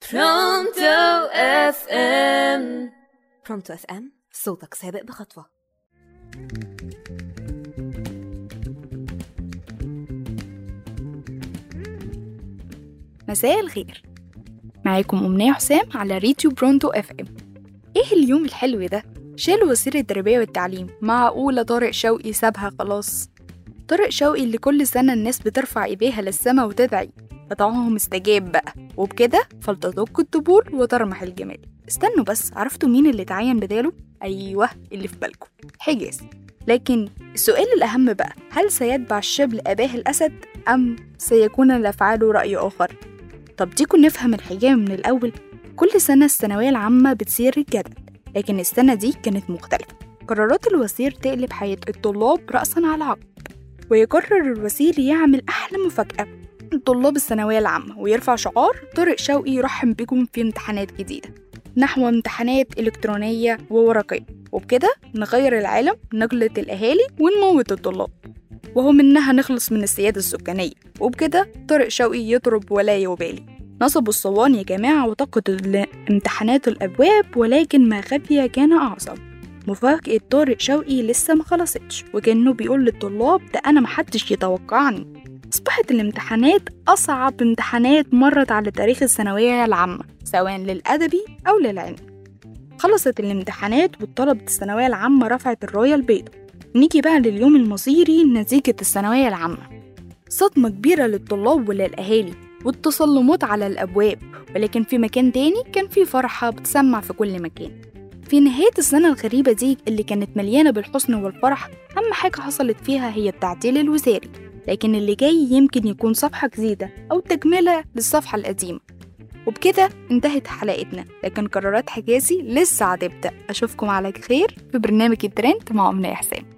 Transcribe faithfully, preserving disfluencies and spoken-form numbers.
برونتو اف ام. برونتو اف ام، صوتك سابق بخطوة. مساء الخير، معاكم أمنية حسام على راديو برونتو اف ام. ايه اليوم الحلو ده؟ شالوا وزير التربية والتعليم. معقولة طارق شوقي سابها خلاص؟ طارق شوقي اللي كل سنة الناس بترفع ايديها للسما وتدعي، فطعمهم استجاب بقى، وبكده فلتدق الطبول وترمح الجمال. استنوا بس، عرفتوا مين اللي اتعين بداله؟ ايوه، اللي في بالكم، حجازي. لكن السؤال الأهم بقى، هل سيتبع الشبل أباه الأسد أم سيكون لأفعاله رأي آخر؟ طب ديكوا نفهم الحكاية من الأول. كل سنة الثانوية العامة بتثير الجدل، لكن السنة دي كانت مختلفة. قرارات الوزير تقلب حياة الطلاب رأساً على عقب، ويقرر الوزير يعمل أحلى مفاجأة لطلاب الثانوية العامة، ويرفع شعار طارق شوقي يرحب بكم في امتحانات جديدة نحو امتحانات إلكترونية وورقية، وبكده نغير العالم، نجلط الأهالي ونموت الطلاب، وهو منها نخلص من السيادة السكانية. وبكده طارق شوقي يضرب ولا يبالي. نصبوا الصوان يا جماعة وطاقة الامتحانات الأبواب، ولكن ما خفي كان أعظم. مفاجأة طارق شوقي لسه ما خلصتش، وكأنه بيقول للطلاب ده أنا محدش يتوقعني. أصبحت الامتحانات أصعب امتحانات مرت على تاريخ الثانوية العامة، سواء للأدبي أو للعلمي. خلصت الامتحانات وطلبة الثانوية العامة رفعت الراية البيضاء. نيجي بقى لليوم المصيري، نتيجة الثانوية العامة. صدمة كبيرة للطلاب وللأهالي، والتصلمات على الأبواب، ولكن في مكان تاني كان في فرحة بتسمع في كل مكان. في نهاية السنة الغريبة دي اللي كانت مليانة بالحزن والفرح، أهم حاجة حصلت فيها هي التعديل الوزاري، لكن اللي جاي يمكن يكون صفحة جديدة أو تكملة للصفحة القديمة. وبكده انتهت حلقتنا، لكن قرارات حجازي لسه هتبدأ. أشوفكم على خير في برنامج الترند مع أمنية حسام.